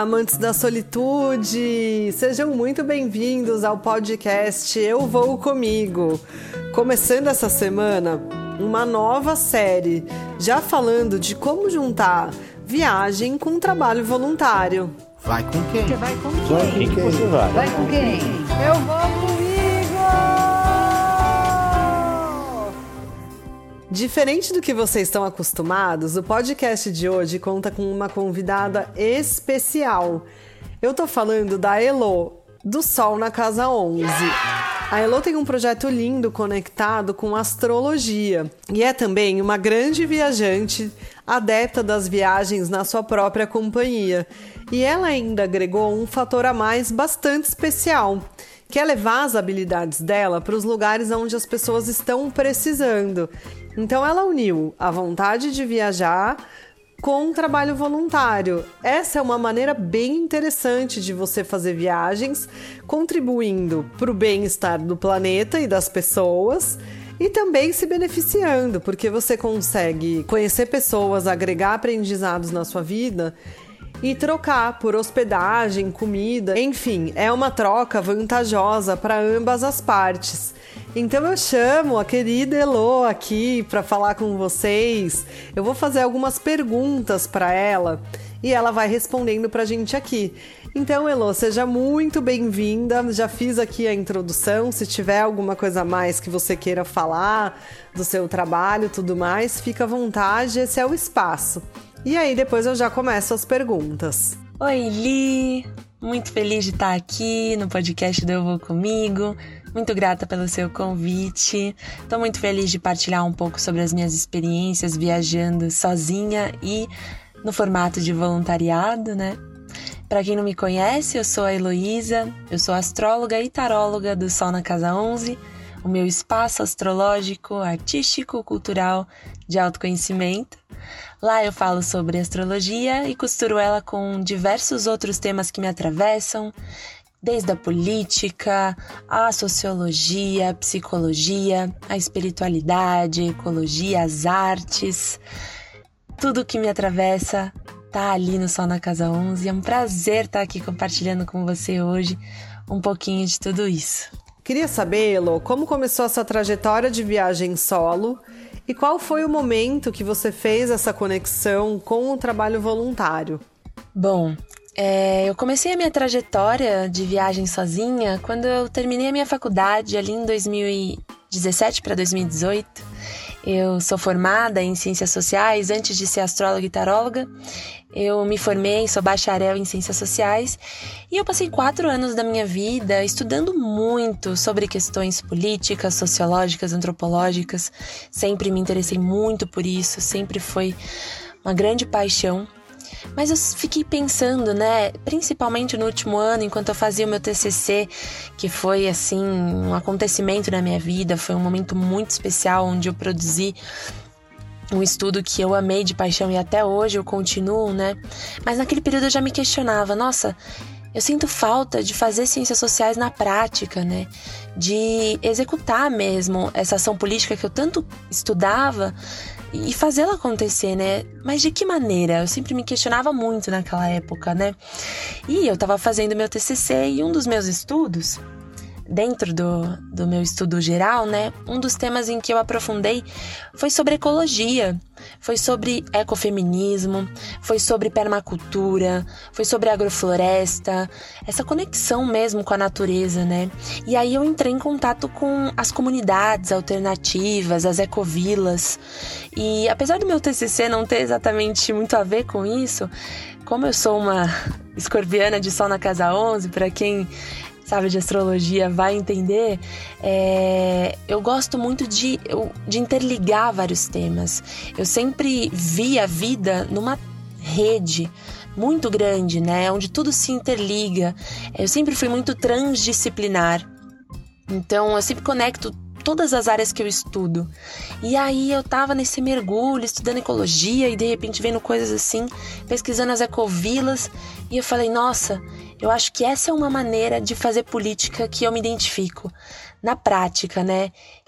amantes da solitude! Sejam muito bem-vindos ao podcast Eu Vou Comigo. Começando essa semana, uma nova série, já falando de como juntar viagem com trabalho voluntário. Vai com quem? Você vai com quem? Vai com quem que você vai? Vai com quem? Eu vou comigo! Diferente do que vocês estão acostumados, o podcast de hoje conta com uma convidada especial. Eu tô falando da Elo, do Sol na Casa 11. A Elo tem um projeto lindo conectado com astrologia e é também uma grande viajante, adepta das viagens na sua própria companhia. E ela ainda agregou um fator a mais bastante especial, que é levar as habilidades dela para os lugares onde as pessoas estão precisando. Então ela uniu a vontade de viajar com o trabalho voluntário. Essa é uma maneira bem interessante de você fazer viagens, contribuindo para o bem-estar do planeta e das pessoas e também se beneficiando, porque você consegue conhecer pessoas, agregar aprendizados na sua vida e trocar por hospedagem, comida, enfim, é uma troca vantajosa para ambas as partes. Então eu chamo a querida Elo aqui para falar com vocês. Eu vou fazer algumas perguntas para ela e ela vai respondendo para a gente aqui. Então, Elo, seja muito bem-vinda. Já fiz aqui a introdução. Se tiver alguma coisa a mais que você queira falar do seu trabalho e tudo mais, fica à vontade, esse é o espaço. E aí depois eu já começo as perguntas. Oi, Li! Muito feliz de estar aqui no podcast do Eu Vou Comigo. Muito grata pelo seu convite. Estou muito feliz de partilhar um pouco sobre as minhas experiências viajando sozinha e no formato de voluntariado, né? Para quem não me conhece, eu sou a Heloísa, eu sou astróloga e taróloga do Sol na Casa 11, o meu espaço astrológico, artístico, cultural, de autoconhecimento. Lá eu falo sobre astrologia e costuro ela com diversos outros temas que me atravessam, desde a política, a sociologia, a psicologia, a espiritualidade, a ecologia, as artes. Tudo que me atravessa tá ali no Sol na Casa 11. É um prazer estar aqui compartilhando com você hoje um pouquinho de tudo isso. Queria saber, Elo, como começou essa trajetória de viagem solo e qual foi o momento que você fez essa conexão com o trabalho voluntário? Bom, eu comecei a minha trajetória de viagem sozinha quando eu terminei a minha faculdade ali em 2017 para 2018. Eu sou formada em Ciências Sociais. Antes de ser astróloga e taróloga, eu me formei, sou bacharel em Ciências Sociais e eu passei 4 anos da minha vida estudando muito sobre questões políticas, sociológicas, antropológicas. Sempre me interessei muito por isso, sempre foi uma grande paixão. Mas eu fiquei pensando, né, principalmente no último ano, enquanto eu fazia o meu TCC, que foi, assim, um acontecimento na minha vida, foi um momento muito especial, onde eu produzi um estudo que eu amei de paixão e até hoje eu continuo, né? Mas naquele período eu já me questionava, nossa, eu sinto falta de fazer ciências sociais na prática, né? De executar mesmo essa ação política que eu tanto estudava e fazê-la acontecer, né? Mas de que maneira? Eu sempre me questionava muito naquela época, né? E eu estava fazendo meu TCC e um dos meus estudos, dentro do meu estudo geral, né? Um dos temas em que eu aprofundei foi sobre ecologia, foi sobre ecofeminismo, foi sobre permacultura, foi sobre agrofloresta, essa conexão mesmo com a natureza, né? E aí eu entrei em contato com as comunidades alternativas, as ecovilas. E apesar do meu TCC não ter exatamente muito a ver com isso, como eu sou uma escorpiana de Sol na Casa 11, para quem sabe de astrologia vai entender, eu gosto muito de interligar vários temas. Eu sempre vi a vida numa rede muito grande, né, onde tudo se interliga. Eu sempre fui muito transdisciplinar, então eu sempre conecto todas as áreas que eu estudo. E aí eu tava nesse mergulho, estudando ecologia e de repente vendo coisas assim, pesquisando as ecovilas, e eu falei, nossa, eu acho que essa é uma maneira de fazer política que eu me identifico na prática, né?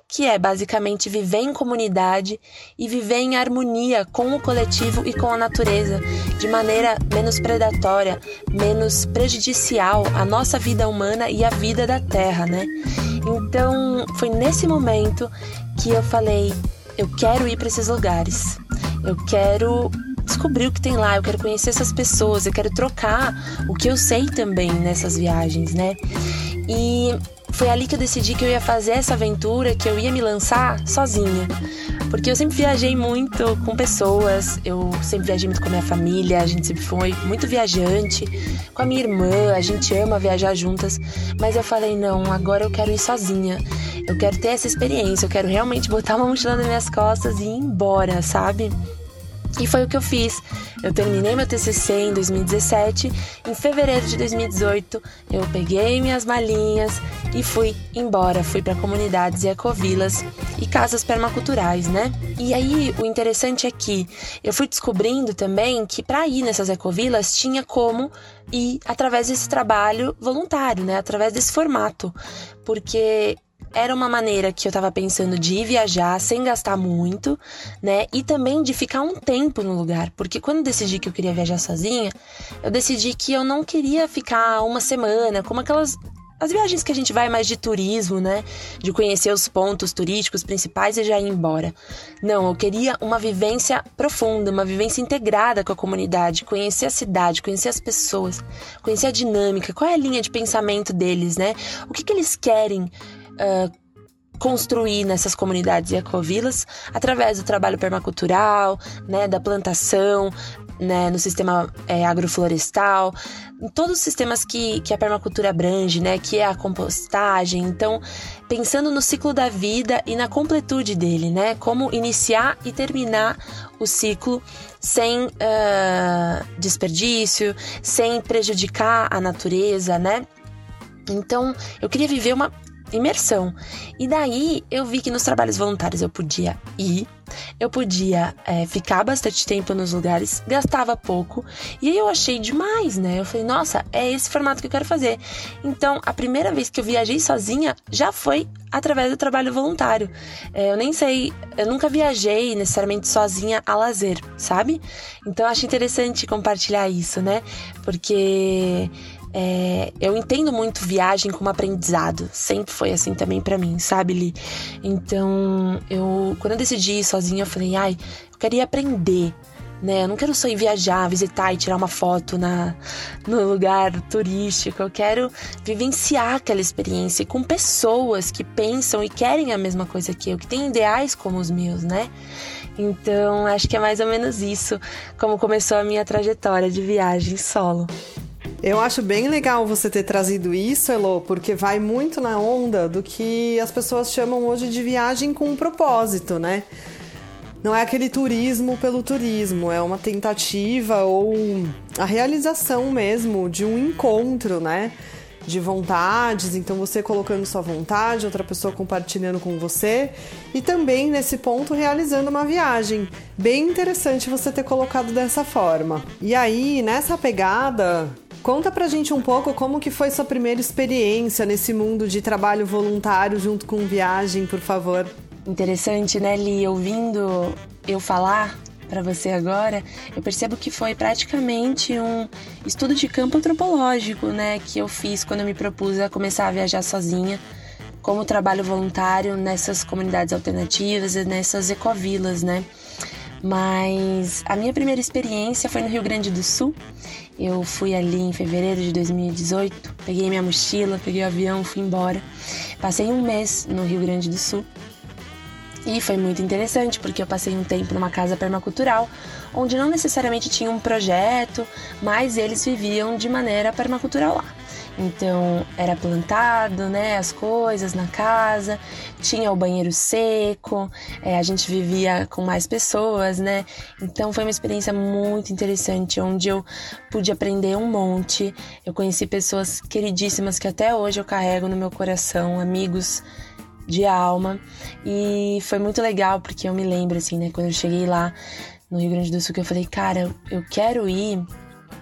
que é basicamente viver em comunidade e viver em harmonia com o coletivo e com a natureza, de maneira menos predatória, menos prejudicial à nossa vida humana e à vida da Terra, né? Então, foi nesse momento que eu falei, eu quero ir para esses lugares, eu quero descobrir o que tem lá, eu quero conhecer essas pessoas, eu quero trocar o que eu sei também nessas viagens, né? E foi ali que eu decidi que eu ia fazer essa aventura, que eu ia me lançar sozinha. Porque eu sempre viajei muito com pessoas, eu sempre viajei muito com a minha família, a gente sempre foi muito viajante. Com a minha irmã, a gente ama viajar juntas. Mas eu falei, não, agora eu quero ir sozinha. Eu quero ter essa experiência, eu quero realmente botar uma mochila nas minhas costas e ir embora, sabe? E foi o que eu fiz. Eu terminei meu TCC em 2017. Em fevereiro de 2018, eu peguei minhas malinhas e fui embora. Fui para comunidades e ecovilas e casas permaculturais, né? E aí, o interessante é que eu fui descobrindo também que para ir nessas ecovilas tinha como ir através desse trabalho voluntário, né? Através desse formato. Porque era uma maneira que eu tava pensando de ir viajar sem gastar muito, né? E também de ficar um tempo no lugar. Porque quando eu decidi que eu queria viajar sozinha, eu decidi que eu não queria ficar uma semana, como as viagens que a gente vai mais de turismo, né? De conhecer os pontos turísticos principais e já ir embora. Não, eu queria uma vivência profunda, uma vivência integrada com a comunidade. Conhecer a cidade, conhecer as pessoas, conhecer a dinâmica, qual é a linha de pensamento deles, né? O que eles querem construir nessas comunidades e ecovilas através do trabalho permacultural, né, da plantação, né, no sistema agroflorestal, em todos os sistemas que a permacultura abrange, né, que é a compostagem. Então, pensando no ciclo da vida e na completude dele, né, como iniciar e terminar o ciclo sem desperdício, sem prejudicar a natureza, né? Então, eu queria viver uma imersão. E daí eu vi que nos trabalhos voluntários eu podia ir, eu podia ficar bastante tempo nos lugares, gastava pouco, e aí eu achei demais, né? Eu falei, nossa, é esse formato que eu quero fazer. Então, a primeira vez que eu viajei sozinha já foi através do trabalho voluntário. Eu nunca viajei necessariamente sozinha a lazer, sabe? Então, eu acho interessante compartilhar isso, né? Porque eu entendo muito viagem como aprendizado. Sempre foi assim também pra mim, sabe, Li? Então, quando eu decidi ir sozinha, eu falei, eu queria aprender, né? Eu não quero só ir viajar, visitar e tirar uma foto no lugar turístico. Eu quero vivenciar aquela experiência com pessoas que pensam e querem a mesma coisa que eu, que têm ideais como os meus, né? Então, acho que é mais ou menos isso, como começou a minha trajetória de viagem solo. Eu acho bem legal você ter trazido isso, Elô, porque vai muito na onda do que as pessoas chamam hoje de viagem com um propósito, né? Não é aquele turismo pelo turismo, é uma tentativa ou a realização mesmo de um encontro, né? De vontades, então você colocando sua vontade, outra pessoa compartilhando com você e também, nesse ponto, realizando uma viagem. Bem interessante você ter colocado dessa forma. E aí, nessa pegada, conta pra gente um pouco como que foi sua primeira experiência nesse mundo de trabalho voluntário junto com viagem, por favor. Interessante, né, Li? Ouvindo eu falar para você agora, eu percebo que foi praticamente um estudo de campo antropológico, né, que eu fiz quando eu me propus a começar a viajar sozinha, como trabalho voluntário nessas comunidades alternativas e nessas ecovilas, né. Mas a minha primeira experiência foi no Rio Grande do Sul. Eu fui ali em fevereiro de 2018, peguei minha mochila, peguei o avião, fui embora. Passei um mês no Rio Grande do Sul. E foi muito interessante, porque eu passei um tempo numa casa permacultural, onde não necessariamente tinha um projeto, mas eles viviam de maneira permacultural lá. Então, era plantado, né, as coisas na casa, tinha o banheiro seco, a gente vivia com mais pessoas, né? Então, foi uma experiência muito interessante, onde eu pude aprender um monte. Eu conheci pessoas queridíssimas que até hoje eu carrego no meu coração, amigos de alma, e foi muito legal porque eu me lembro assim, né, quando eu cheguei lá no Rio Grande do Sul, que eu falei, cara, eu quero ir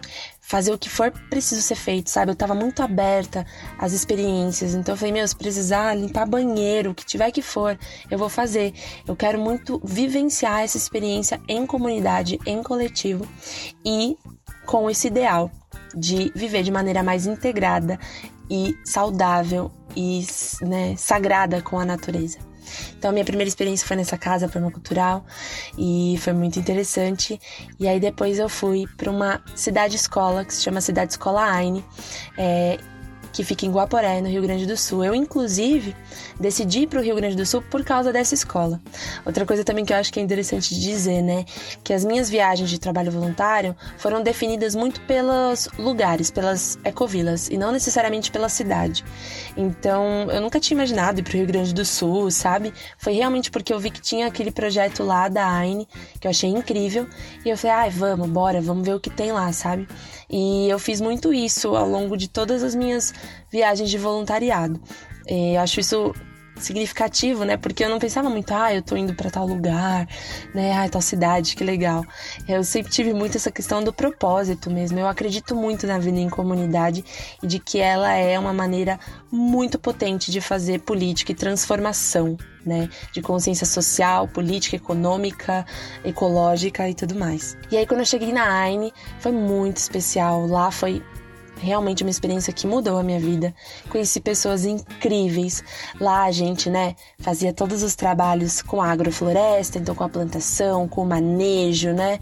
fazer o que for preciso ser feito, sabe? Eu tava muito aberta às experiências, então eu falei, se precisar limpar banheiro, o que tiver que for, eu vou fazer. Eu quero muito vivenciar essa experiência em comunidade, em coletivo e com esse ideal de viver de maneira mais integrada e saudável e, né, sagrada com a natureza. Então, a minha primeira experiência foi nessa casa permacultural e foi muito interessante. E aí, depois eu fui para uma cidade-escola, que se chama Cidade Escola Aine, que fica em Guaporé, no Rio Grande do Sul. Eu, inclusive, decidi ir para o Rio Grande do Sul por causa dessa escola. Outra coisa também que eu acho que é interessante de dizer, né? Que as minhas viagens de trabalho voluntário foram definidas muito pelos lugares, pelas ecovilas, e não necessariamente pela cidade. Então, eu nunca tinha imaginado ir para o Rio Grande do Sul, sabe? Foi realmente porque eu vi que tinha aquele projeto lá da Aine, que eu achei incrível. E eu falei, vamos ver o que tem lá, sabe? E eu fiz muito isso ao longo de todas as minhas viagens de voluntariado. Eu acho isso significativo, né? Porque eu não pensava muito, eu tô indo pra tal lugar, né? Tal cidade, que legal. Eu sempre tive muito essa questão do propósito mesmo. Eu acredito muito na vida em comunidade e de que ela é uma maneira muito potente de fazer política e transformação, né? De consciência social, política, econômica, ecológica e tudo mais. E aí, quando eu cheguei na Aine, foi muito especial. Lá foi realmente uma experiência que mudou a minha vida. Conheci pessoas incríveis. Lá a gente, né, fazia todos os trabalhos com a agrofloresta, então com a plantação, com o manejo, né,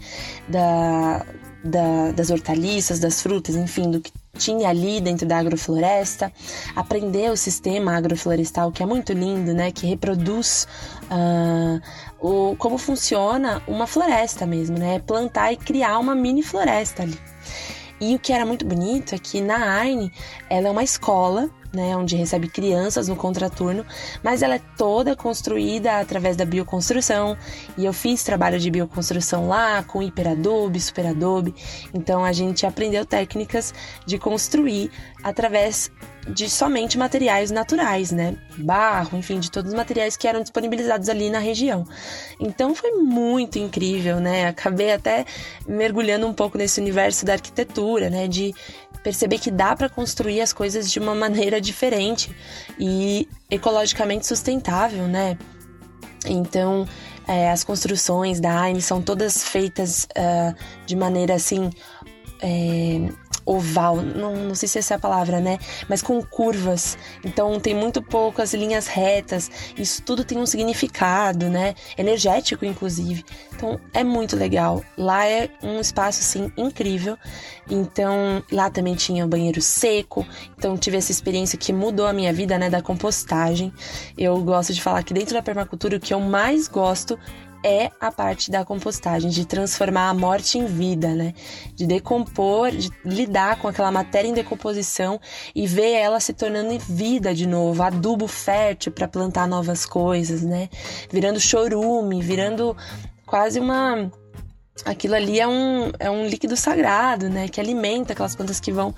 das hortaliças, das frutas, enfim, do que tinha ali dentro da agrofloresta. Aprender o sistema agroflorestal, que é muito lindo, né, que reproduz como funciona uma floresta mesmo, né, plantar e criar uma mini floresta ali. E o que era muito bonito é que na Aine, ela é uma escola, né, onde recebe crianças no contraturno, mas ela é toda construída através da bioconstrução, e eu fiz trabalho de bioconstrução lá, com hiperadobe, superadobe, então a gente aprendeu técnicas de construir através de somente materiais naturais, né, barro, enfim, de todos os materiais que eram disponibilizados ali na região. Então foi muito incrível, né, acabei até mergulhando um pouco nesse universo da arquitetura, né, de perceber que dá para construir as coisas de uma maneira diferente e ecologicamente sustentável, né? Então, as construções da Aine são todas feitas de maneira assim oval, não sei se essa é a palavra, né? Mas com curvas, então tem muito poucas linhas retas, isso tudo tem um significado, né? Energético, inclusive. Então é muito legal. Lá é um espaço, assim, incrível. Então lá também tinha o banheiro seco, então tive essa experiência que mudou a minha vida, né? Da compostagem. Eu gosto de falar que dentro da permacultura o que eu mais gosto é a parte da compostagem, de transformar a morte em vida, né? De decompor, de lidar com aquela matéria em decomposição e ver ela se tornando vida de novo, adubo fértil para plantar novas coisas, né? Virando chorume, virando quase uma... Aquilo ali é um líquido sagrado, né? Que alimenta aquelas plantas que vão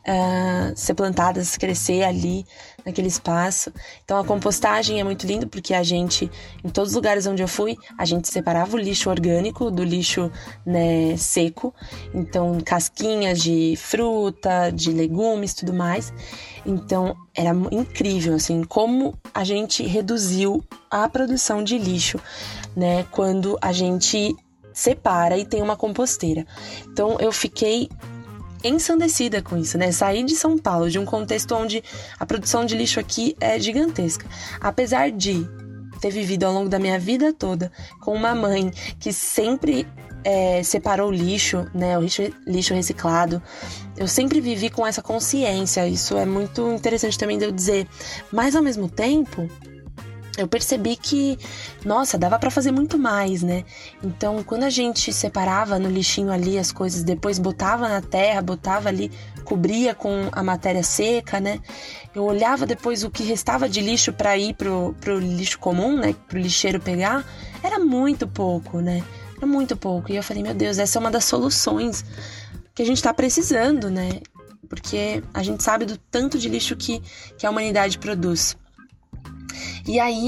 ser plantadas, crescer ali naquele espaço. Então a compostagem é muito lindo porque a gente, em todos os lugares onde eu fui, a gente separava o lixo orgânico do lixo, né, seco. Então casquinhas de fruta, de legumes, tudo mais. Então era incrível, assim, como a gente reduziu a produção de lixo, né? Quando a gente separa e tem uma composteira. Então eu fiquei ensandecida com isso, né? Saí de São Paulo, de um contexto onde a produção de lixo aqui é gigantesca. Apesar de ter vivido ao longo da minha vida toda com uma mãe que sempre separou o lixo, né? O lixo reciclado. Eu sempre vivi com essa consciência. Isso é muito interessante também de eu dizer. Mas ao mesmo tempo, eu percebi que, nossa, dava pra fazer muito mais, né? Então, quando a gente separava no lixinho ali as coisas, depois botava na terra, botava ali, cobria com a matéria seca, né? Eu olhava depois o que restava de lixo pra ir pro lixo comum, né? Pro lixeiro pegar, era muito pouco, né? Era muito pouco. E eu falei, meu Deus, essa é uma das soluções que a gente tá precisando, né? Porque a gente sabe do tanto de lixo que a humanidade produz. E aí,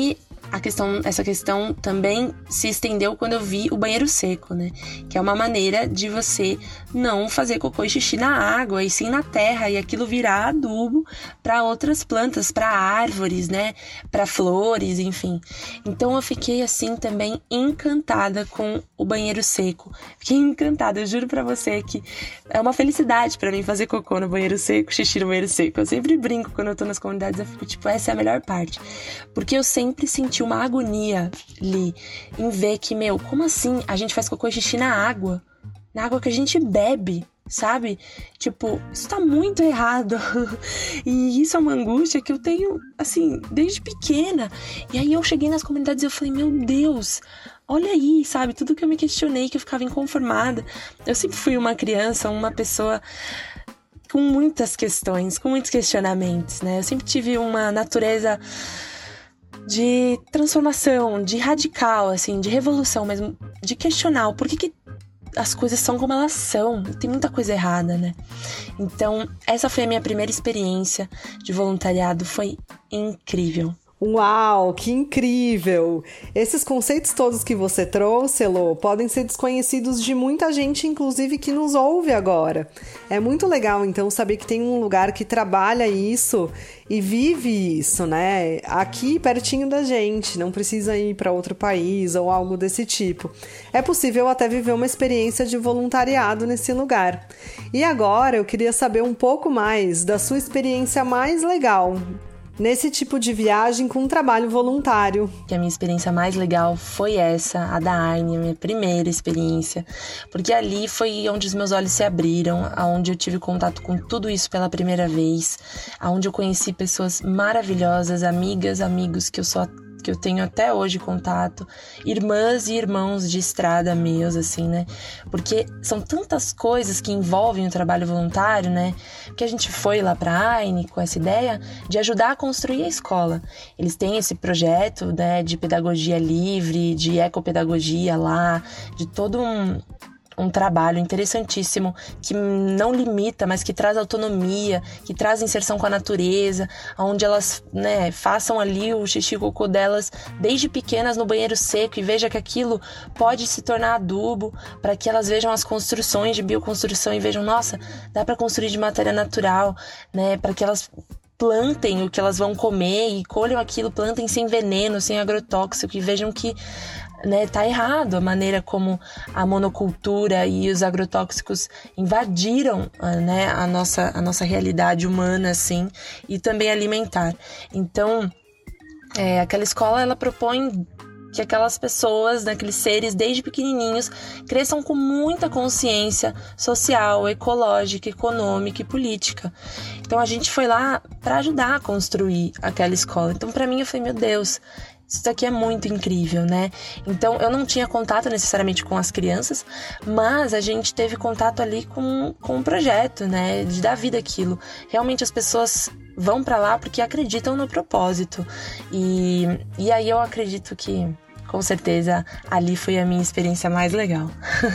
essa questão também se estendeu quando eu vi o banheiro seco, né? Que é uma maneira de você não fazer cocô e xixi na água, e sim na terra, e aquilo virar adubo para outras plantas, para árvores, né? Para flores, enfim. Então eu fiquei assim também encantada com o banheiro seco. Fiquei encantada, eu juro para você que é uma felicidade para mim fazer cocô no banheiro seco, xixi no banheiro seco. Eu sempre brinco quando eu tô nas comunidades, eu fico tipo, essa é a melhor parte. Porque eu sempre senti uma agonia ali em ver que, como assim a gente faz cocô e xixi na água que a gente bebe, sabe? Tipo, isso tá muito errado. E isso é uma angústia que eu tenho, assim, desde pequena. E aí eu cheguei nas comunidades e eu falei, meu Deus, olha aí, sabe? Tudo que eu me questionei, que eu ficava inconformada. Eu sempre fui uma criança, uma pessoa com muitas questões, com muitos questionamentos, né? Eu sempre tive uma natureza de transformação, de radical, assim, de revolução mesmo, de questionar o porquê que as coisas são como elas são. Tem muita coisa errada, né? Então, essa foi a minha primeira experiência de voluntariado, foi incrível. Uau, que incrível! Esses conceitos todos que você trouxe, Elô, podem ser desconhecidos de muita gente, inclusive que nos ouve agora. É muito legal, então, saber que tem um lugar que trabalha isso e vive isso, né? Aqui, pertinho da gente, não precisa ir para outro país ou algo desse tipo. É possível até viver uma experiência de voluntariado nesse lugar. E agora, eu queria saber um pouco mais da sua experiência mais legal nesse tipo de viagem com um trabalho voluntário. A minha experiência mais legal foi essa, a da Aine, a minha primeira experiência, porque ali foi onde os meus olhos se abriram, onde eu tive contato com tudo isso pela primeira vez, onde eu conheci pessoas maravilhosas, amigas, amigos que eu tenho até hoje contato, irmãs e irmãos de estrada meus, assim, né? Porque são tantas coisas que envolvem o trabalho voluntário, né? Que a gente foi lá pra Aine com essa ideia de ajudar a construir a escola. Eles têm esse projeto, né, de pedagogia livre, de ecopedagogia lá, de todo um trabalho interessantíssimo que não limita, mas que traz autonomia, que traz inserção com a natureza, onde elas, né, façam ali o xixi e cocô delas desde pequenas no banheiro seco e veja que aquilo pode se tornar adubo, para que elas vejam as construções de bioconstrução e vejam, nossa, dá para construir de matéria natural, né, para que elas plantem o que elas vão comer e colham aquilo, plantem sem veneno, sem agrotóxico e vejam que, né, tá errado a maneira como a monocultura e os agrotóxicos invadiram, né, a nossa realidade humana, assim, e também alimentar. Então, aquela escola, ela propõe que aquelas pessoas, né, aqueles seres desde pequenininhos, cresçam com muita consciência social, ecológica, econômica e política. Então a gente foi lá para ajudar a construir aquela escola. Então para mim eu falei, meu Deus, isso daqui é muito incrível, né? Então eu não tinha contato necessariamente com as crianças, mas a gente teve contato ali com um projeto, né, de dar vida àquilo. Realmente as pessoas vão para lá porque acreditam no propósito. E aí eu acredito que, com certeza, ali foi a minha experiência mais legal.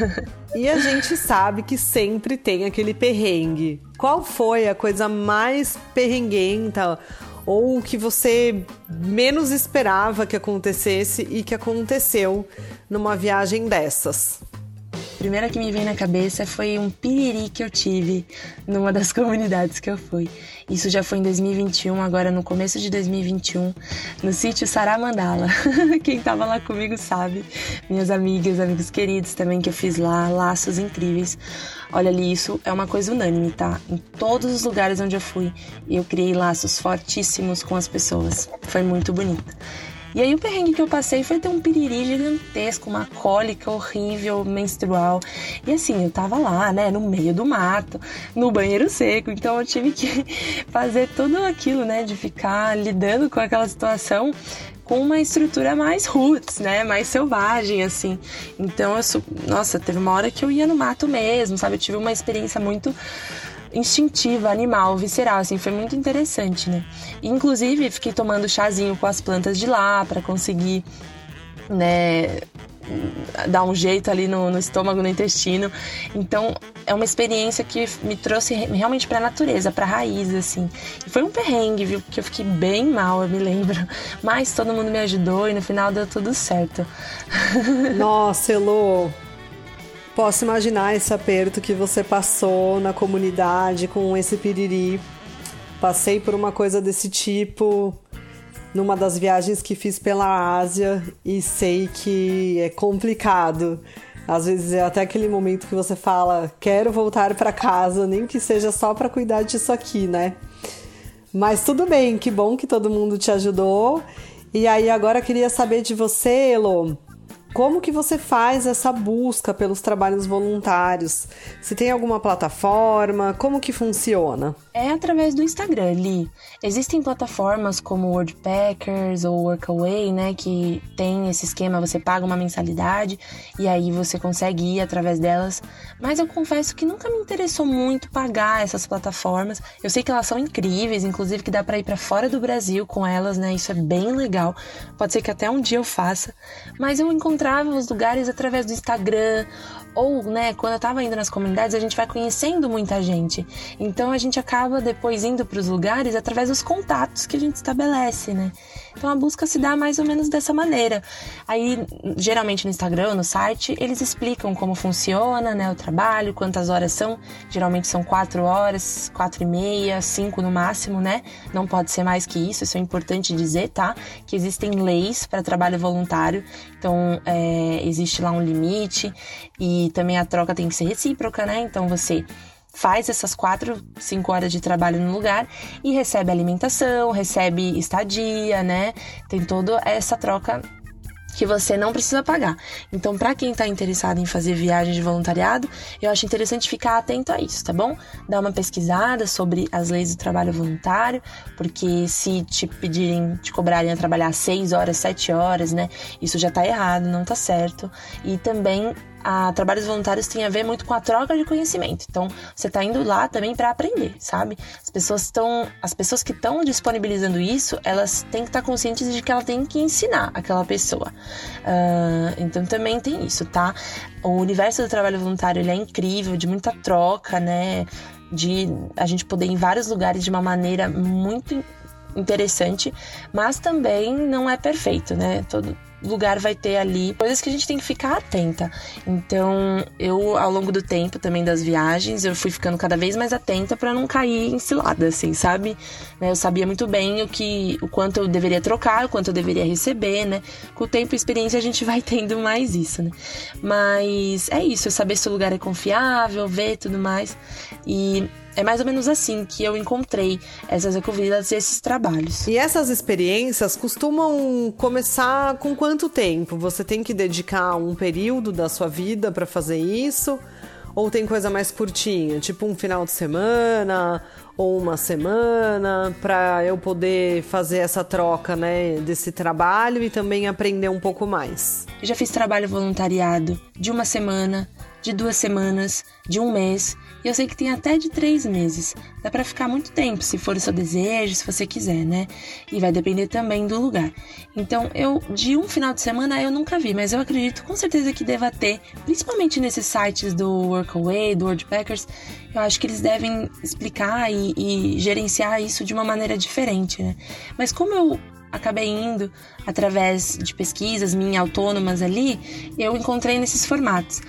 E a gente sabe que sempre tem aquele perrengue. Qual foi a coisa mais perrenguenta ou o que você menos esperava que acontecesse e que aconteceu numa viagem dessas? A primeira que me veio na cabeça foi um piriri que eu tive numa das comunidades que eu fui. Isso já foi em 2021, agora no começo de 2021, no sítio Saramandala. Quem tava lá comigo sabe. Minhas amigas, amigos queridos também que eu fiz lá, laços incríveis. Olha ali, isso é uma coisa unânime, tá? Em todos os lugares onde eu fui, eu criei laços fortíssimos com as pessoas. Foi muito bonito. E aí o perrengue que eu passei foi ter um piriri gigantesco, uma cólica horrível, menstrual. E assim, eu tava lá, né, no meio do mato, no banheiro seco. Então eu tive que fazer tudo aquilo, né, de ficar lidando com aquela situação com uma estrutura mais roots, né, mais selvagem, assim. Então nossa, teve uma hora que eu ia no mato mesmo, sabe? Eu tive uma experiência muito instintiva, animal, visceral, assim, foi muito interessante, né? Inclusive, fiquei tomando chazinho com as plantas de lá para conseguir, né, dar um jeito ali no estômago, no intestino. Então, é uma experiência que me trouxe realmente pra natureza, pra raiz, assim. E foi um perrengue, viu? Porque eu fiquei bem mal, eu me lembro. Mas todo mundo me ajudou e no final deu tudo certo. Nossa, Elô, posso imaginar esse aperto que você passou na comunidade com esse piriri. Passei por uma coisa desse tipo numa das viagens que fiz pela Ásia e sei que é complicado. Às vezes é até aquele momento que você fala, quero voltar para casa, nem que seja só para cuidar disso aqui, né? Mas tudo bem, que bom que todo mundo te ajudou. E aí agora eu queria saber de você, Elô, como que você faz essa busca pelos trabalhos voluntários? Se tem alguma plataforma, como que funciona? É através do Instagram, Li. Existem plataformas como Worldpackers ou Workaway, né, que tem esse esquema, você paga uma mensalidade e aí você consegue ir através delas. Mas eu confesso que nunca me interessou muito pagar essas plataformas. Eu sei que elas são incríveis, inclusive que dá para ir para fora do Brasil com elas, né, isso é bem legal. Pode ser que até um dia eu faça. Mas eu encontrava os lugares através do Instagram ou, né, quando eu tava indo nas comunidades, a gente vai conhecendo muita gente. Então a gente acaba depois indo para os lugares através dos contatos que a gente estabelece, né? Então a busca se dá mais ou menos dessa maneira. Aí, geralmente no Instagram, no site, eles explicam como funciona, né, o trabalho, quantas horas são. Geralmente são 4 horas, 4h30, 5 no máximo, né? Não pode ser mais que isso é importante dizer, tá? Que existem leis para trabalho voluntário. Então, existe lá um limite e também a troca tem que ser recíproca, né? Então, você faz essas 4, 5 horas de trabalho no lugar e recebe alimentação, recebe estadia, né? Tem toda essa troca que você não precisa pagar. Então, para quem está interessado em fazer viagem de voluntariado, eu acho interessante ficar atento a isso, tá bom? Dar uma pesquisada sobre as leis do trabalho voluntário, porque se te pedirem, te cobrarem a trabalhar 6 horas, 7 horas, né? Isso já tá errado, não tá certo. E também trabalhos voluntários tem a ver muito com a troca de conhecimento. Então, você tá indo lá também para aprender, sabe? As pessoas que estão disponibilizando isso, elas têm que estar conscientes de que ela tem que ensinar aquela pessoa. Então, também tem isso, tá? O universo do trabalho voluntário, ele é incrível, de muita troca, né? De a gente poder ir em vários lugares de uma maneira muito interessante, mas também não é perfeito, né? Todo lugar vai ter ali coisas que a gente tem que ficar atenta. Então, eu, ao longo do tempo também das viagens, eu fui ficando cada vez mais atenta pra não cair em cilada, assim, sabe? Eu sabia muito bem o quanto eu deveria trocar, o quanto eu deveria receber, né? Com o tempo e experiência a gente vai tendo mais isso, né? Mas é isso, saber se o lugar é confiável, ver tudo mais. E é mais ou menos assim que eu encontrei essas ecovilas e esses trabalhos. E essas experiências costumam começar com quanto tempo? Você tem que dedicar um período da sua vida para fazer isso? Ou tem coisa mais curtinha, tipo um final de semana ou uma semana, para eu poder fazer essa troca, né, desse trabalho e também aprender um pouco mais? Eu já fiz trabalho voluntariado de 1 semana, de 2 semanas, de 1 mês, e eu sei que tem até de 3 meses. Dá pra ficar muito tempo, se for o seu desejo, se você quiser, né? E vai depender também do lugar. Então, de um final de semana eu nunca vi, mas eu acredito com certeza que deva ter, principalmente nesses sites do Workaway, do Worldpackers, eu acho que eles devem explicar e gerenciar isso de uma maneira diferente, né? Mas como eu acabei indo através de pesquisas minhas autônomas ali, eu encontrei nesses formatos.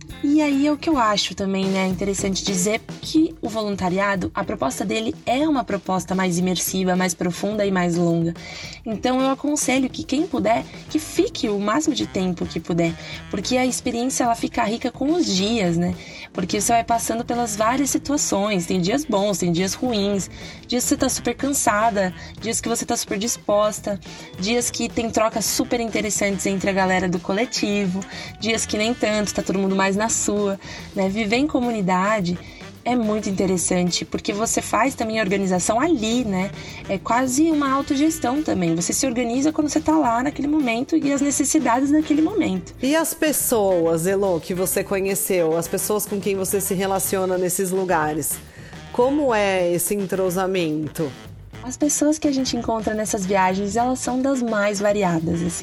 E aí é o que eu acho também, né, interessante dizer que o voluntariado, a proposta dele é uma proposta mais imersiva, mais profunda e mais longa. Então eu aconselho que quem puder, que fique o máximo de tempo que puder, porque a experiência ela fica rica com os dias, né? Porque você vai passando pelas várias situações, tem dias bons, tem dias ruins, dias que você tá super cansada, dias que você tá super disposta, dias que tem trocas super interessantes entre a galera do coletivo, dias que nem tanto, tá todo mundo mais na sua, né? Viver em comunidade é muito interessante, porque você faz também a organização ali, né? É quase uma autogestão também. Você se organiza quando você tá lá naquele momento e as necessidades naquele momento. E as pessoas, Elô, que você conheceu, as pessoas com quem você se relaciona nesses lugares, como é esse entrosamento? As pessoas que a gente encontra nessas viagens, elas são das mais variadas, assim.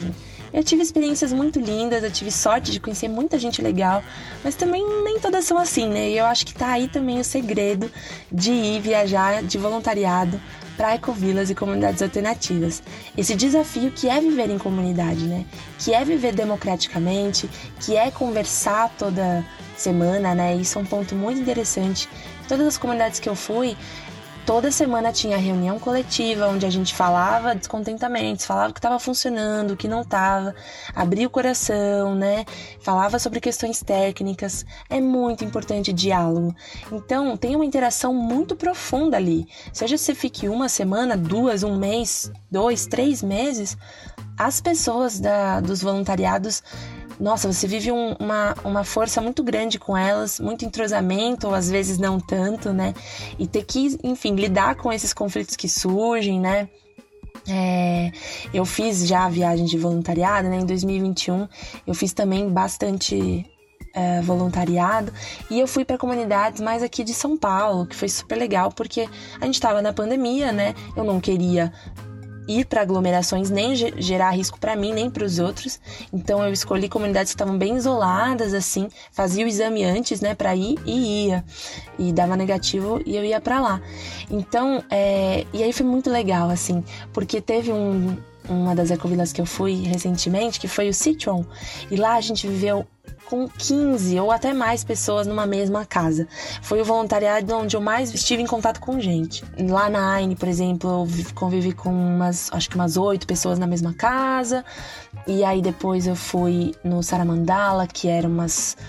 Eu tive experiências muito lindas, eu tive sorte de conhecer muita gente legal, mas também nem todas são assim, né? E eu acho que tá aí também o segredo de ir viajar de voluntariado para ecovilas e comunidades alternativas. Esse desafio que é viver em comunidade, né? Que é viver democraticamente, que é conversar toda semana, né? Isso é um ponto muito interessante. Todas as comunidades que eu fui, toda semana tinha reunião coletiva, onde a gente falava descontentamentos, falava o que estava funcionando, o que não estava, abria o coração, né? Falava sobre questões técnicas. É muito importante o diálogo. Então, tem uma interação muito profunda ali. Seja você fique uma semana, 2, 1 mês, 2, 3 meses, as pessoas dos voluntariados, nossa, você vive uma força muito grande com elas, muito entrosamento, ou às vezes não tanto, né? E ter que, enfim, lidar com esses conflitos que surgem, né? Eu fiz já a viagem de voluntariado, né? Em 2021, eu fiz também bastante voluntariado. E eu fui para comunidades mais aqui de São Paulo, que foi super legal, porque a gente tava na pandemia, né? Eu não queria ir para aglomerações, nem gerar risco para mim, nem para os outros. Então eu escolhi comunidades que estavam bem isoladas, assim, fazia o exame antes, né, para ir e ia. E dava negativo e eu ia para lá. Então, e aí foi muito legal, assim, porque teve uma das ecovilas que eu fui recentemente, que foi o Citron. E lá a gente viveu com 15 ou até mais pessoas numa mesma casa. Foi o voluntariado onde eu mais estive em contato com gente. Lá na AINE, por exemplo, eu convivi com umas 8 pessoas na mesma casa. E aí depois eu fui no Saramandala, que eram umas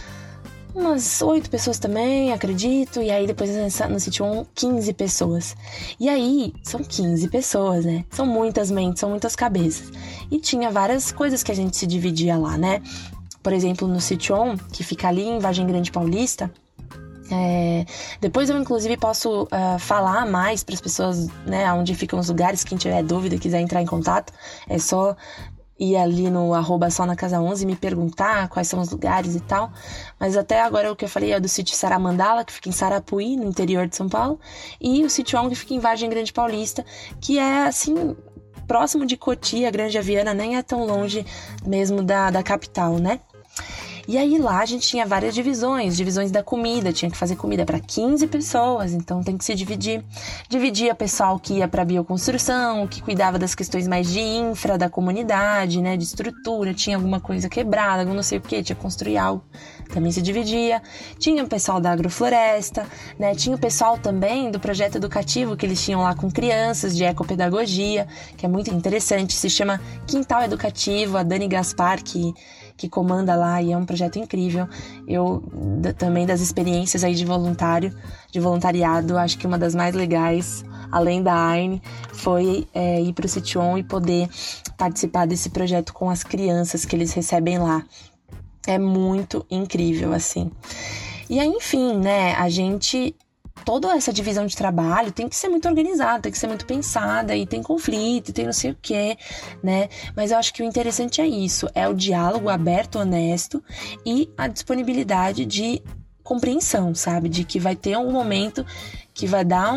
8 pessoas também, acredito. E aí depois no Sítio 15 pessoas. E aí, são 15 pessoas, né? São muitas mentes, são muitas cabeças. E tinha várias coisas que a gente se dividia lá, né? Por exemplo, no Sítio que fica ali em Vargem Grande Paulista. Depois eu, inclusive, posso falar mais para as pessoas, né? Onde ficam os lugares. Quem tiver dúvida, quiser entrar em contato, é só ir ali no @solnacasa11 e me perguntar quais são os lugares e tal. Mas até agora o que eu falei é do sítio Saramandala, que fica em Sarapuí, no interior de São Paulo, e o Sítio que fica em Vargem Grande Paulista, que é assim, próximo de Cotia, Grande Aviana, nem é tão longe mesmo da capital, né? E aí lá a gente tinha várias divisões da comida, tinha que fazer comida para 15 pessoas, então tem que se dividir. Dividia pessoal que ia para bioconstrução, que cuidava das questões mais de infra da comunidade, né, de estrutura, tinha alguma coisa quebrada, algum não sei o que, tinha que construir algo, também se dividia. Tinha o pessoal da agrofloresta, né, tinha o pessoal também do projeto educativo que eles tinham lá com crianças, de ecopedagogia, que é muito interessante, se chama Quintal Educativo, a Dani Gaspar que comanda lá, e é um projeto incrível. Eu também, das experiências aí de voluntariado, acho que uma das mais legais, além da AINE, foi ir para o Sítio e poder participar desse projeto com as crianças que eles recebem lá. É muito incrível, assim. E aí, enfim, né, toda essa divisão de trabalho tem que ser muito organizada, tem que ser muito pensada, e tem conflito, tem não sei o quê, né? Mas eu acho que o interessante é isso, é o diálogo aberto, honesto e a disponibilidade de compreensão, sabe? De que vai ter algum momento que vai dar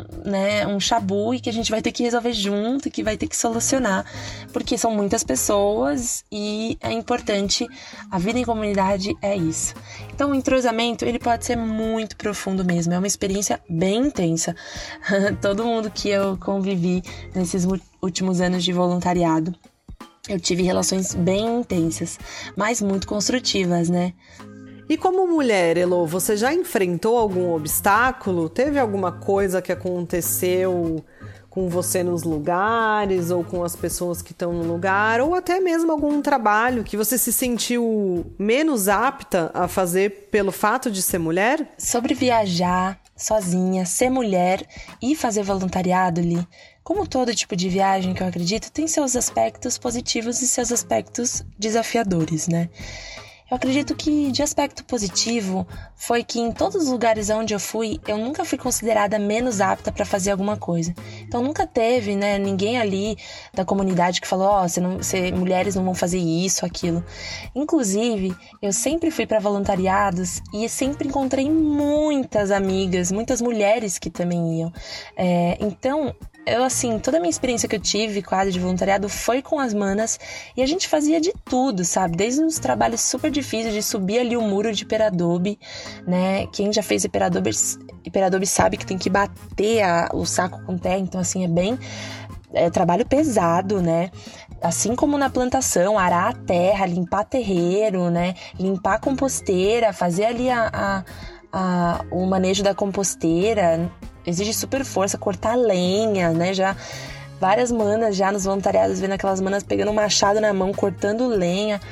um chabu e que a gente vai ter que resolver junto e que vai ter que solucionar, porque são muitas pessoas e é importante, a vida em comunidade é isso. Então o entrosamento, ele pode ser muito profundo mesmo, é uma experiência bem intensa. Todo mundo que eu convivi nesses últimos anos de voluntariado, eu tive relações bem intensas, mas muito construtivas, né? E como mulher, Elô, você já enfrentou algum obstáculo? Teve alguma coisa que aconteceu com você nos lugares, ou com as pessoas que estão no lugar, ou até mesmo algum trabalho que você se sentiu menos apta a fazer pelo fato de ser mulher? Sobre viajar sozinha, ser mulher e fazer voluntariado ali, como todo tipo de viagem que eu acredito, tem seus aspectos positivos e seus aspectos desafiadores, né? Eu acredito que de aspecto positivo foi que em todos os lugares onde eu fui, eu nunca fui considerada menos apta para fazer alguma coisa. Então nunca teve, né, ninguém ali da comunidade que falou, mulheres não vão fazer isso, aquilo. Inclusive, eu sempre fui para voluntariados e sempre encontrei muitas amigas, muitas mulheres que também iam. Então, toda a minha experiência que eu tive quase de voluntariado foi com as manas e a gente fazia de tudo, sabe? Desde uns trabalhos super difíceis de subir ali o muro de Hiperadobe, né? Quem já fez Hiperadobe sabe que tem que bater o saco com terra, então assim, é trabalho pesado, né? Assim como na plantação, arar a terra, limpar terreiro, né? Limpar a composteira, fazer ali o manejo da composteira. Exige super força, cortar lenha, né? Já várias manas já nos voluntariados, vendo aquelas manas pegando um machado na mão, cortando lenha.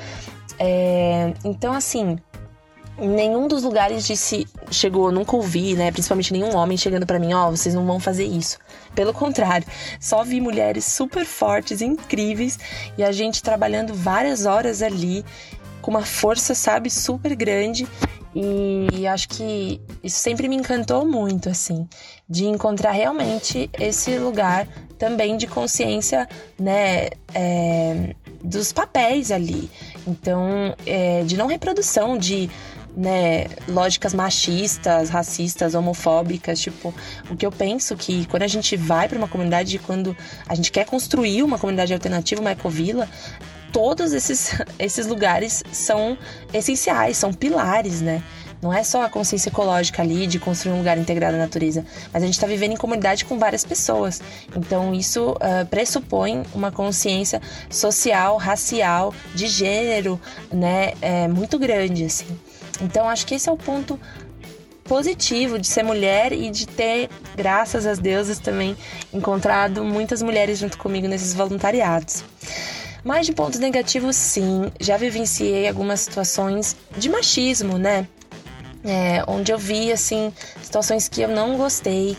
Então, assim, em nenhum dos lugares nunca ouvi, né? Principalmente nenhum homem chegando pra mim, vocês não vão fazer isso. Pelo contrário, só vi mulheres super fortes, incríveis, e a gente trabalhando várias horas ali, com uma força, sabe, super grande. E acho que isso sempre me encantou muito, assim, de encontrar realmente esse lugar também de consciência, né, dos papéis ali. Então, de não reprodução de, né, lógicas machistas, racistas, homofóbicas. Tipo, o que eu penso que quando a gente vai para uma comunidade, quando a gente quer construir uma comunidade alternativa, uma ecovila, todos esses lugares são essenciais, são pilares, né? Não é só a consciência ecológica ali de construir um lugar integrado à natureza, mas a gente está vivendo em comunidade com várias pessoas. Então isso pressupõe uma consciência social, racial, de gênero, né? Muito grande, assim. Então acho que esse é o ponto positivo de ser mulher e de ter, graças às deusas também, encontrado muitas mulheres junto comigo nesses voluntariados. Mas de pontos negativos, sim, já vivenciei algumas situações de machismo, né? Onde eu vi, assim, situações que eu não gostei,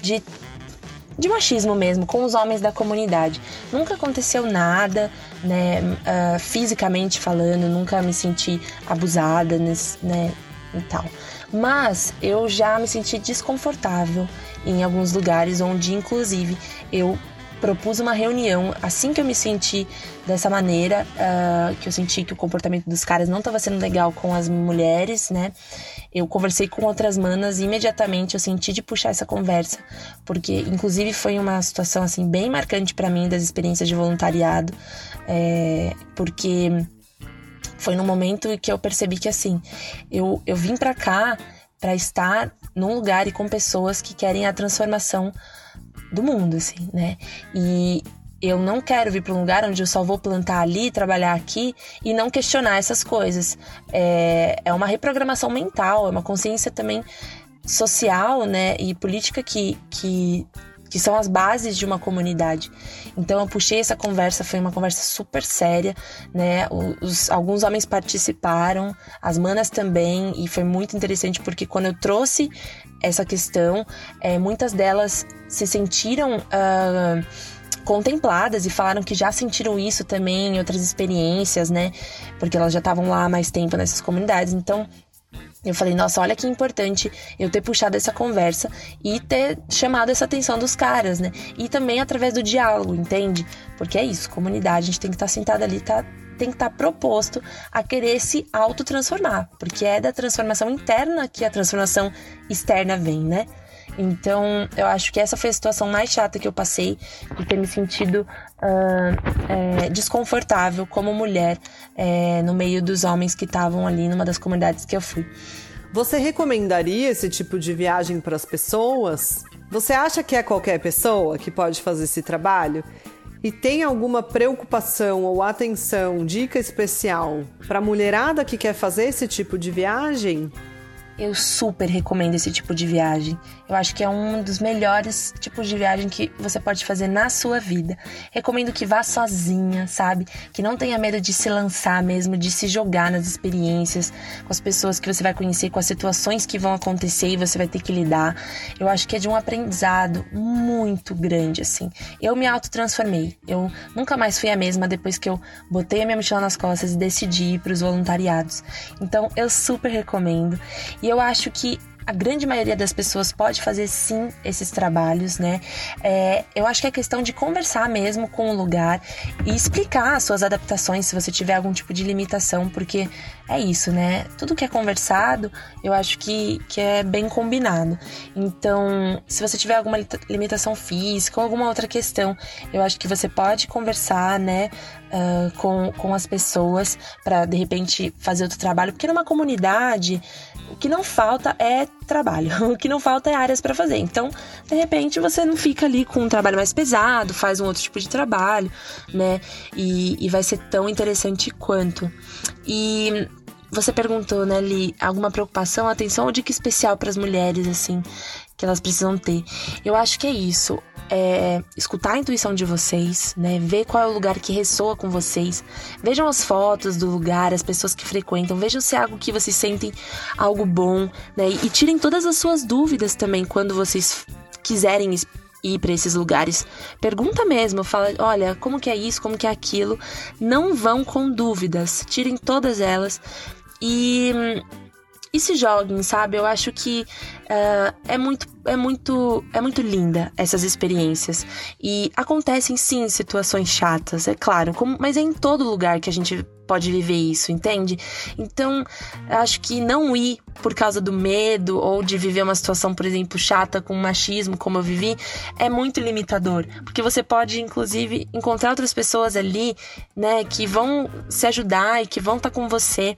de machismo mesmo, com os homens da comunidade. Nunca aconteceu nada, né? Fisicamente falando, nunca me senti abusada, né? E tal. Mas eu já me senti desconfortável em alguns lugares onde, inclusive, eu propus uma reunião assim que eu me senti dessa maneira, que eu senti que o comportamento dos caras não estava sendo legal com as mulheres, né? Eu conversei com outras manas e imediatamente eu senti de puxar essa conversa, porque inclusive foi uma situação assim bem marcante para mim das experiências de voluntariado, porque foi num momento que eu percebi que assim, eu vim para cá para estar num lugar e com pessoas que querem a transformação do mundo, assim, né? E eu não quero vir para um lugar onde eu só vou plantar ali, trabalhar aqui e não questionar essas coisas. É uma reprogramação mental, é uma consciência também social, né? E política que são as bases de uma comunidade. Então eu puxei essa conversa, foi uma conversa super séria, né? Alguns homens participaram, as manas também, e foi muito interessante porque quando eu trouxe essa questão, muitas delas se sentiram contempladas e falaram que já sentiram isso também em outras experiências, né? Porque elas já estavam lá há mais tempo nessas comunidades. Então eu falei, nossa, olha que importante eu ter puxado essa conversa e ter chamado essa atenção dos caras, né? E também através do diálogo, entende? Porque é isso, comunidade, a gente tem que estar sentado ali, tem que estar proposto a querer se autotransformar, porque é da transformação interna que a transformação externa vem, né? Então, eu acho que essa foi a situação mais chata que eu passei, de ter me sentido desconfortável como mulher no meio dos homens que estavam ali numa das comunidades que eu fui. Você recomendaria esse tipo de viagem para as pessoas? Você acha que é qualquer pessoa que pode fazer esse trabalho? E tem alguma preocupação ou atenção, dica especial para a mulherada que quer fazer esse tipo de viagem? eu super recomendo esse tipo de viagem. Eu acho que é um dos melhores tipos de viagem que você pode fazer na sua vida. Recomendo que vá sozinha, sabe? Que não tenha medo de se lançar mesmo, de se jogar nas experiências, com as pessoas que você vai conhecer, com as situações que vão acontecer e você vai ter que lidar. Eu acho que é de um aprendizado muito grande, assim. Eu me autotransformei. Eu nunca mais fui a mesma depois que eu botei a minha mochila nas costas e decidi ir para os voluntariados. Então, eu super recomendo. E eu acho que a grande maioria das pessoas pode fazer sim esses trabalhos, né? Eu acho que é questão de conversar mesmo com o lugar e explicar as suas adaptações se você tiver algum tipo de limitação, porque é isso, né? Tudo que é conversado, eu acho que é bem combinado. Então, se você tiver alguma limitação física ou alguma outra questão, eu acho que você pode conversar, né? Com as pessoas para de repente fazer outro trabalho, porque numa comunidade o que não falta é trabalho, o que não falta é áreas para fazer. Então, de repente você não fica ali com um trabalho mais pesado, faz um outro tipo de trabalho, né? E vai ser tão interessante quanto. E você perguntou, né, Li, alguma preocupação, atenção ou dica especial para as mulheres, assim, que elas precisam ter? Eu acho que é isso. Escutar a intuição de vocês, né? Ver qual é o lugar que ressoa com vocês. Vejam as fotos do lugar, as pessoas que frequentam. Vejam se é algo que vocês sentem algo bom, né? E tirem todas as suas dúvidas também quando vocês quiserem ir para esses lugares. Pergunta mesmo, fala, olha, como que é isso, como que é aquilo. Não vão com dúvidas. Tirem todas elas e se joguem, sabe? Eu acho que é muito linda essas experiências. E acontecem sim situações chatas, é claro, mas é em todo lugar que a gente pode viver isso, entende? Então, eu acho que não ir por causa do medo ou de viver uma situação, por exemplo, chata com machismo, como eu vivi, é muito limitador. Porque você pode, inclusive, encontrar outras pessoas ali, né, que vão se ajudar e que vão estar com você.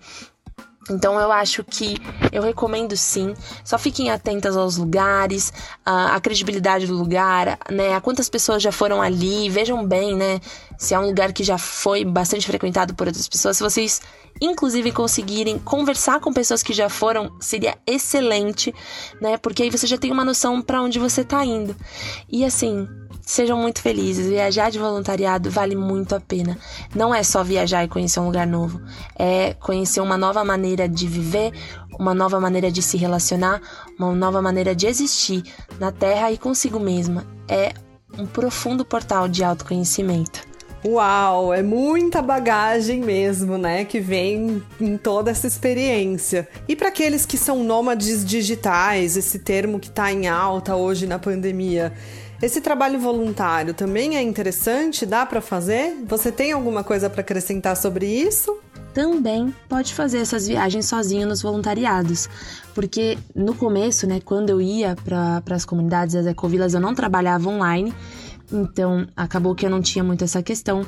Então eu acho que eu recomendo sim, só fiquem atentas aos lugares, a credibilidade do lugar, né, a quantas pessoas já foram ali, vejam bem, né, se é um lugar que já foi bastante frequentado por outras pessoas. Se vocês inclusive conseguirem conversar com pessoas que já foram, seria excelente, né, porque aí você já tem uma noção para onde você tá indo. E assim, sejam muito felizes. Viajar de voluntariado vale muito a pena. Não é só viajar e conhecer um lugar novo. É conhecer uma nova maneira de viver, uma nova maneira de se relacionar, uma nova maneira de existir na Terra e consigo mesma. É um profundo portal de autoconhecimento. Uau, é muita bagagem mesmo, né, que vem em toda essa experiência. E para aqueles que são nômades digitais, esse termo que está em alta hoje na pandemia, esse trabalho voluntário também é interessante? Dá para fazer? Você tem alguma coisa para acrescentar sobre isso? Também pode fazer essas viagens sozinho nos voluntariados, porque no começo, né, quando eu ia para as comunidades das ecovilas, eu não trabalhava online. Então, acabou que eu não tinha muito essa questão.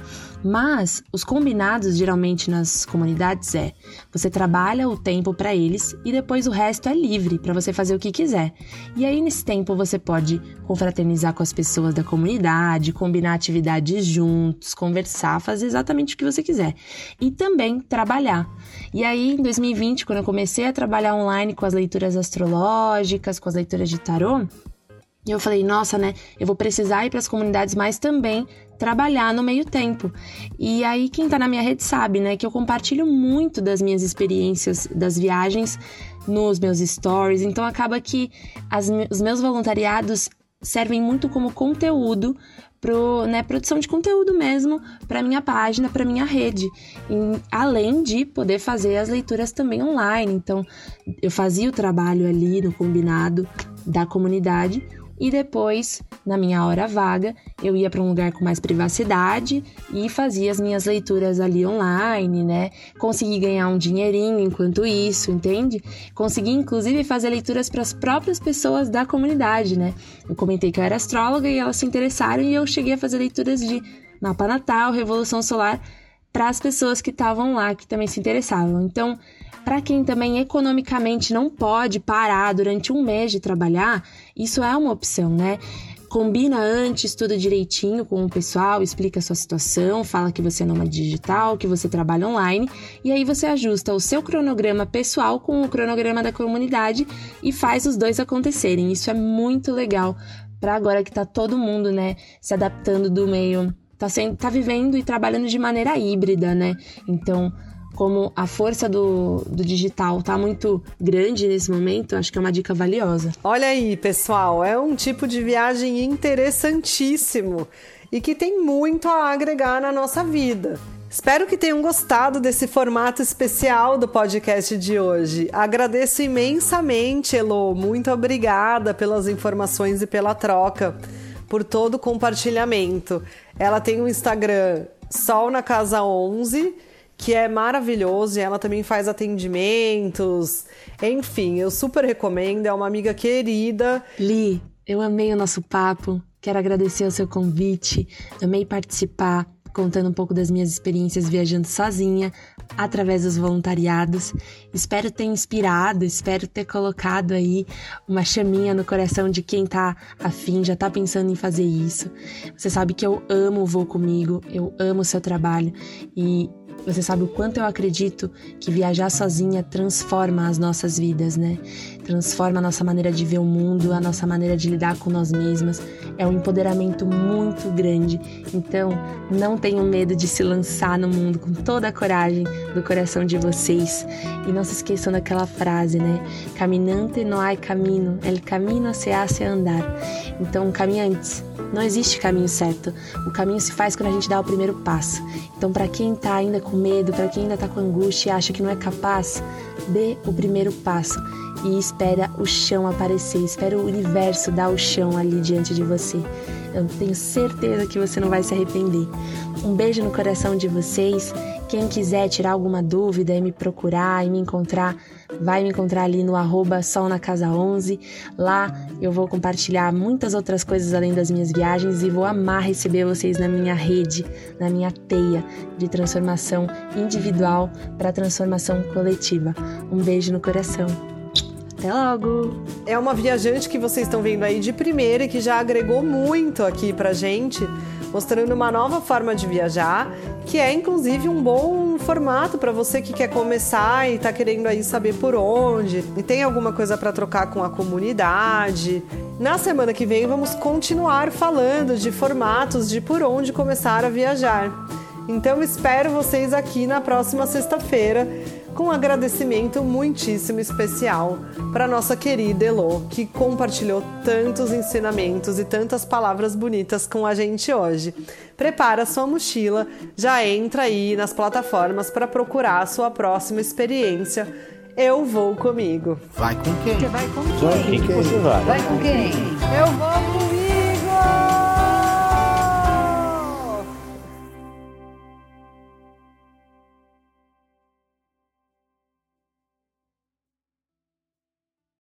Mas os combinados, geralmente, nas comunidades você trabalha o tempo para eles e depois o resto é livre para você fazer o que quiser. E aí, nesse tempo, você pode confraternizar com as pessoas da comunidade, combinar atividades juntos, conversar, fazer exatamente o que você quiser. E também trabalhar. E aí, em 2020, quando eu comecei a trabalhar online com as leituras astrológicas, com as leituras de tarô, e eu falei, nossa, né, eu vou precisar ir para as comunidades, mas também trabalhar no meio tempo. E aí, quem tá na minha rede sabe, né, que eu compartilho muito das minhas experiências, das viagens nos meus stories. Então, acaba que os meus voluntariados servem muito como conteúdo, produção de conteúdo mesmo, para minha página, para minha rede. E, além de poder fazer as leituras também online. Então, eu fazia o trabalho ali no combinado da comunidade. E depois, na minha hora vaga, eu ia para um lugar com mais privacidade e fazia as minhas leituras ali online, né? Consegui ganhar um dinheirinho enquanto isso, entende? Consegui, inclusive, fazer leituras para as próprias pessoas da comunidade, né? Eu comentei que eu era astróloga e elas se interessaram e eu cheguei a fazer leituras de mapa natal, revolução solar, para as pessoas que estavam lá, que também se interessavam. Então, para quem também economicamente não pode parar durante um mês de trabalhar, isso é uma opção, né? Combina antes tudo direitinho com o pessoal, explica a sua situação, fala que você é nômade digital, que você trabalha online, e aí você ajusta o seu cronograma pessoal com o cronograma da comunidade e faz os dois acontecerem. Isso é muito legal para agora que tá todo mundo, né, se adaptando do meio, tá vivendo e trabalhando de maneira híbrida, né? Então, como a força do digital tá muito grande nesse momento, acho que é uma dica valiosa. Olha aí, pessoal, é um tipo de viagem interessantíssimo e que tem muito a agregar na nossa vida. Espero que tenham gostado desse formato especial do podcast de hoje. Agradeço imensamente, Elô. Muito obrigada pelas informações e pela troca, por todo o compartilhamento. Ela tem um Instagram, Sol na Casa 11, que é maravilhoso, e ela também faz atendimentos. Enfim, eu super recomendo, é uma amiga querida. Li, eu amei o nosso papo, quero agradecer o seu convite, amei participar, contando um pouco das minhas experiências viajando sozinha, através dos voluntariados. Espero ter inspirado, espero ter colocado aí uma chaminha no coração de quem tá afim, já tá pensando em fazer isso. Você sabe que eu amo o Voo Comigo, eu amo o seu trabalho e você sabe o quanto eu acredito que viajar sozinha transforma as nossas vidas, né? Transforma a nossa maneira de ver o mundo, a nossa maneira de lidar com nós mesmas. É um empoderamento muito grande. Então, não tenham medo de se lançar no mundo com toda a coragem do coração de vocês. E não se esqueçam daquela frase, né? Caminante no hay camino, el camino se hace andar. Então, caminhantes, não existe caminho certo. O caminho se faz quando a gente dá o primeiro passo. Então, para quem tá ainda com medo, para quem ainda tá com angústia e acha que não é capaz, dê o primeiro passo e espera o chão aparecer, espera o universo dar o chão ali diante de você. Eu tenho certeza que você não vai se arrepender. Um beijo no coração de vocês. Quem quiser tirar alguma dúvida e me procurar e me encontrar, vai me encontrar ali no @solnacasa11. Lá eu vou compartilhar muitas outras coisas além das minhas viagens e vou amar receber vocês na minha rede, na minha teia de transformação individual para transformação coletiva. Um beijo no coração. Até logo! É uma viajante que vocês estão vendo aí de primeira e que já agregou muito aqui pra gente, mostrando uma nova forma de viajar, que é inclusive um bom formato para você que quer começar e tá querendo aí saber por onde, e tem alguma coisa para trocar com a comunidade. Na semana que vem vamos continuar falando de formatos de por onde começar a viajar. Então espero vocês aqui na próxima sexta-feira com um agradecimento muitíssimo especial para nossa querida Elô, que compartilhou tantos ensinamentos e tantas palavras bonitas com a gente hoje. Prepara a sua mochila, já entra aí nas plataformas para procurar a sua próxima experiência. Eu vou comigo. Vai com quem? Você vai com Com quem que você vai? Vai com quem? Eu vou com